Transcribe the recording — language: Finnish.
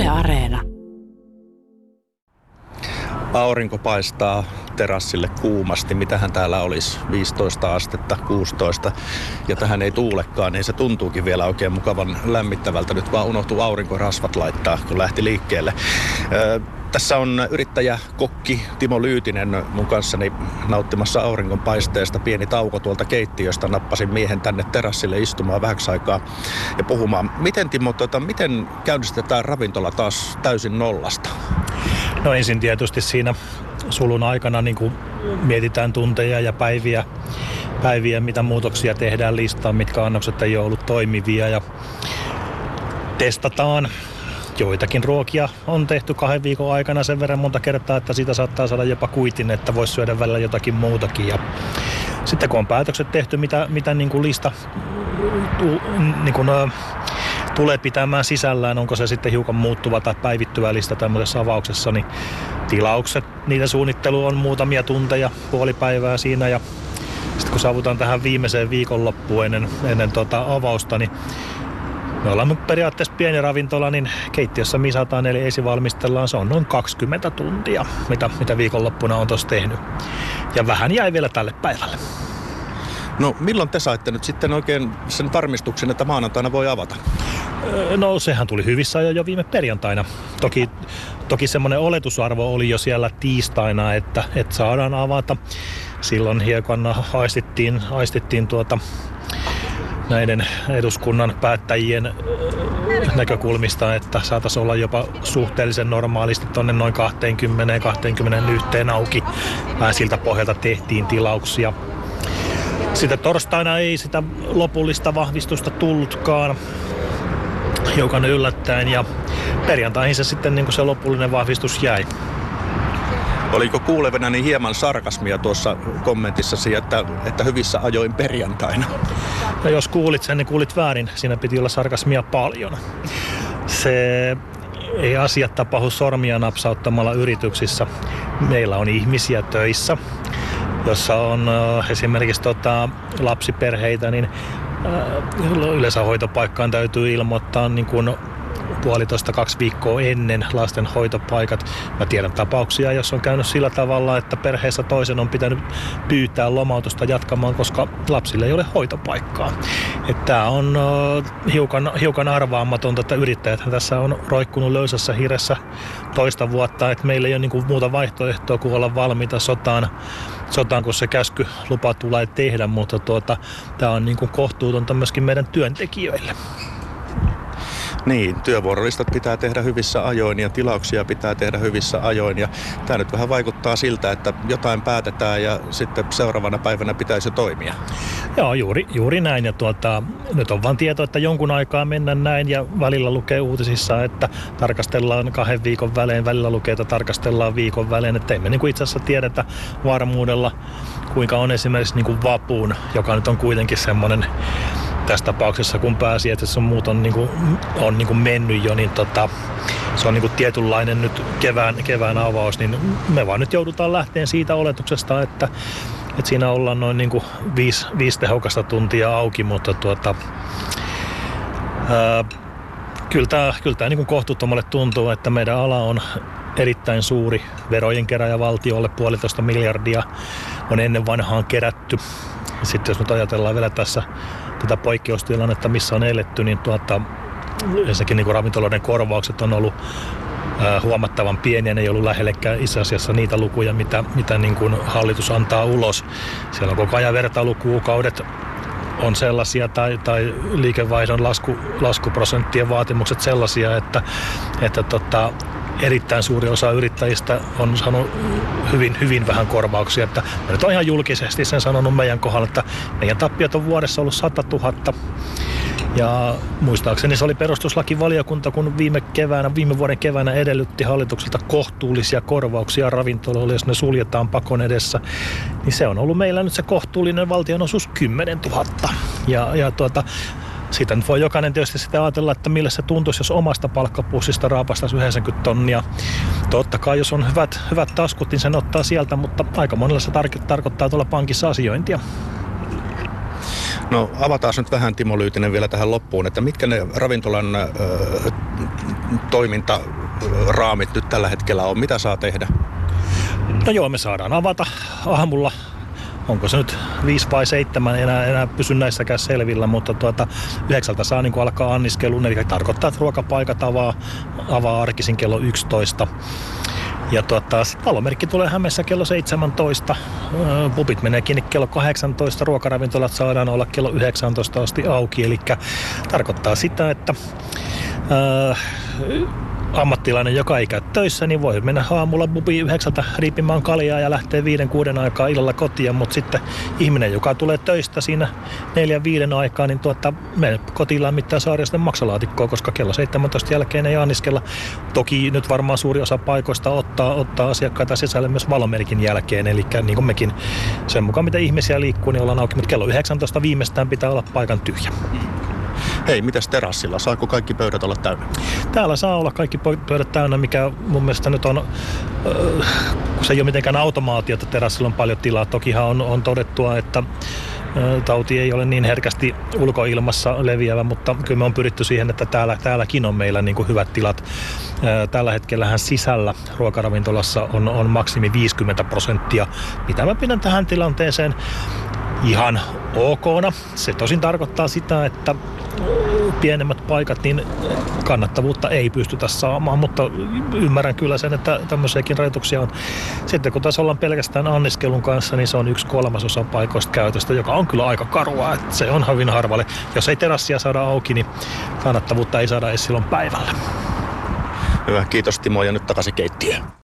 Yle Areena. Aurinko paistaa terassille kuumasti. Mitähän täällä olisi? 15 astetta, 16. Ja tähän ei tuulekaan, niin se tuntuukin vielä oikein mukavan lämmittävältä. Nyt vaan unohtuu aurinkorasvat laittaa, kun lähti liikkeelle. Tässä on yrittäjä kokki Timo Lyytinen mun kanssani nauttimassa auringonpaisteesta. Pieni tauko tuolta keittiöstä. Nappasin miehen tänne terassille istumaan vähäksi aikaa ja puhumaan. Miten Timo, miten käynnistetään ravintola taas täysin nollasta? No ensin tietysti siinä sulun aikana niin kuin mietitään tunteja ja päiviä, mitä muutoksia tehdään listaan, mitkä annokset ei ole ollut toimivia ja testataan. Joitakin ruokia on tehty 2 viikon aikana sen verran monta kertaa, että siitä saattaa saada jopa kuitin, että voisi syödä välillä jotakin muutakin. Ja sitten kun on päätökset tehty, mitä niin kuin lista niin kuin, tulee pitämään sisällään, onko se sitten hiukan muuttuva tai päivittyvä lista tämmöisessä avauksessa, niin tilaukset, niiden suunnittelu on muutamia tunteja, puoli päivää siinä ja sitten kun saavutaan tähän viimeiseen viikonloppuun ennen avausta, niin me ollaan periaatteessa pieni ravintola, niin keittiössä misataan eli esivalmistellaan, se on noin 20 tuntia, mitä viikonloppuna on tuossa tehnyt. Ja vähän jäi vielä tälle päivälle. No milloin te saitte nyt sitten oikein sen varmistuksen, että maanantaina voi avata? No sehän tuli hyvissä jo viime perjantaina. Toki semmoinen oletusarvo oli jo siellä tiistaina, että saadaan avata. Silloin hiekan aistittiin näiden eduskunnan päättäjien näkökulmista, että saataisiin olla jopa suhteellisen normaalisti tuonne noin 20-21 auki. Vähän siltä pohjalta tehtiin tilauksia. Sitten torstaina ei sitä lopullista vahvistusta tullutkaan, hiukan yllättäen, ja perjantaihin se sitten niin kuin se lopullinen vahvistus jäi. Oliko kuulevinani hieman sarkasmia tuossa kommentissasi, että hyvissä ajoin perjantaina? No jos kuulit sen, niin kuulit väärin. Siinä piti olla sarkasmia paljon. Se ei asiat tapahdu sormia napsauttamalla yrityksissä. Meillä on ihmisiä töissä, jossa on esimerkiksi lapsiperheitä, niin yleensä hoitopaikkaan täytyy ilmoittaa niin kuin 1,5–2 viikkoa ennen lasten hoitopaikat. Mä tiedän tapauksia, jos on käynyt sillä tavalla, että perheessä toisen on pitänyt pyytää lomautusta jatkamaan, koska lapsille ei ole hoitopaikkaa. Tämä on hiukan arvaamatonta, että yrittäjäthän tässä on roikkunut löysässä hirressä toista vuotta, että meillä ei ole niinku muuta vaihtoehtoa kuin olla valmiita sotaan, kun se käskylupa tulee tehdä, mutta tämä on niinku kohtuutonta myöskin meidän työntekijöille. Niin, työvuorolistat pitää tehdä hyvissä ajoin ja tilauksia pitää tehdä hyvissä ajoin. Ja tämä nyt vähän vaikuttaa siltä, että jotain päätetään ja sitten seuraavana päivänä pitäisi toimia. Joo, juuri näin. Ja nyt on vaan tieto, että jonkun aikaa mennään näin ja välillä lukee uutisissa, että tarkastellaan 2 viikon välein, välillä lukee, että tarkastellaan viikon välein. Että emme niin kuin itse asiassa tiedetä varmuudella, kuinka on esimerkiksi niin kuin vapuun, joka nyt on kuitenkin semmoinen tässä tapauksessa, kun pääsiäisessä muut on mennyt jo, niin se on niin kuin tietynlainen nyt kevään avaus, niin me vaan nyt joudutaan lähteen siitä oletuksesta, että siinä ollaan noin niin kuin 5 tehokasta tuntia auki, mutta kyllä tämä niin kuin kohtuuttomalle tuntuu, että meidän ala on erittäin suuri verojen keräjä valtiolle, 1,5 miljardia on ennen vanhaan kerätty. Sitten jos nyt ajatellaan vielä tässä tätä poikkeustilannetta, missä on eletty, niin ensinnäkin niin ravintoloiden korvaukset on ollut huomattavan pieniä. Ne ei ollut lähellekään itse asiassa niitä lukuja, mitä niin kuin hallitus antaa ulos. Siellä on koko ajan vertailukuukaudet on sellaisia tai liikevaihdon laskuprosenttien vaatimukset sellaisia, että erittäin suuri osa yrittäjistä on saanut hyvin vähän korvauksia. Että mä nyt olen ihan julkisesti sen sanonut meidän kohdalla, että meidän tappiot on vuodessa ollut 100 000. Ja muistaakseni se oli perustuslakivaliokunta, kun viime vuoden keväänä edellytti hallitukselta kohtuullisia korvauksia ravintoloille, jos ne suljetaan pakon edessä. Niin se on ollut meillä nyt se kohtuullinen valtionosuus 10 000. Siitä nyt voi jokainen tietysti sitä ajatella, että millä se tuntuisi, jos omasta palkkapussista raapastaisi 90 tonnia. Totta kai, jos on hyvät taskut, niin sen ottaa sieltä, mutta aika monella se tarkoittaa tuolla pankissa asiointia. No avataan nyt vähän, Timo Lyytinen, vielä tähän loppuun, että mitkä ne ravintolan toiminta raamit nyt tällä hetkellä on? Mitä saa tehdä? No joo, me saadaan avata aamulla. Onko se nyt 5 vai 7, enää pysy näissäkään selvillä, mutta 9 saa niin alkaa anniskelun, eli tarkoittaa, että ruokapaikat avaa arkisin kello 11. Ja sitten valomerkki tulee Hämeessä kello 17, pubit menee kiinni kello 18, ruokaravintolat saadaan olla kello 19 asti auki, eli tarkoittaa sitä, että ammattilainen, joka ei käy töissä, niin voi mennä aamulla pubiin 9 riipimään kaljaa ja lähtee 5-6 aikaa illalla kotiin, mutta sitten ihminen, joka tulee töistä siinä 4-5 aikaa, niin menee kotiin lämmittää Saariosten maksalaatikkoa, koska kello 17 jälkeen ei anniskella. Toki nyt varmaan suuri osa paikoista ottaa asiakkaita sisälle myös valomerkin jälkeen, eli niin kuin mekin sen mukaan, mitä ihmisiä liikkuu, niin ollaan auki, mutta kello 19 viimeistään pitää olla paikan tyhjä. Hei, mitäs terassilla? Saako kaikki pöydät olla täynnä? Täällä saa olla kaikki pöydät täynnä, mikä mun mielestä nyt on, kun se ei ole mitenkään automaatiota, terassilla on paljon tilaa. Tokihan on todettua, että tauti ei ole niin herkästi ulkoilmassa leviävä, mutta kyllä me on pyritty siihen, että täälläkin on meillä niin kuin hyvät tilat. Tällä hetkellähän sisällä ruokaravintolassa on maksimi 50%, mitä mä pidän tähän tilanteeseen ihan okna. Se tosin tarkoittaa sitä, että pienemmät paikat, niin kannattavuutta ei pystytä saamaan, mutta ymmärrän kyllä sen, että tämmöisiäkin rajoituksia on. Sitten kun taas ollaan pelkästään anniskelun kanssa, niin se on 1/3 paikoista käytöstä, joka on kyllä aika karua, että se on hyvin harvalle. Jos ei terassia saada auki, niin kannattavuutta ei saada edes silloin päivällä. Hyvä, kiitos Timo ja nyt takaisin keittiöön.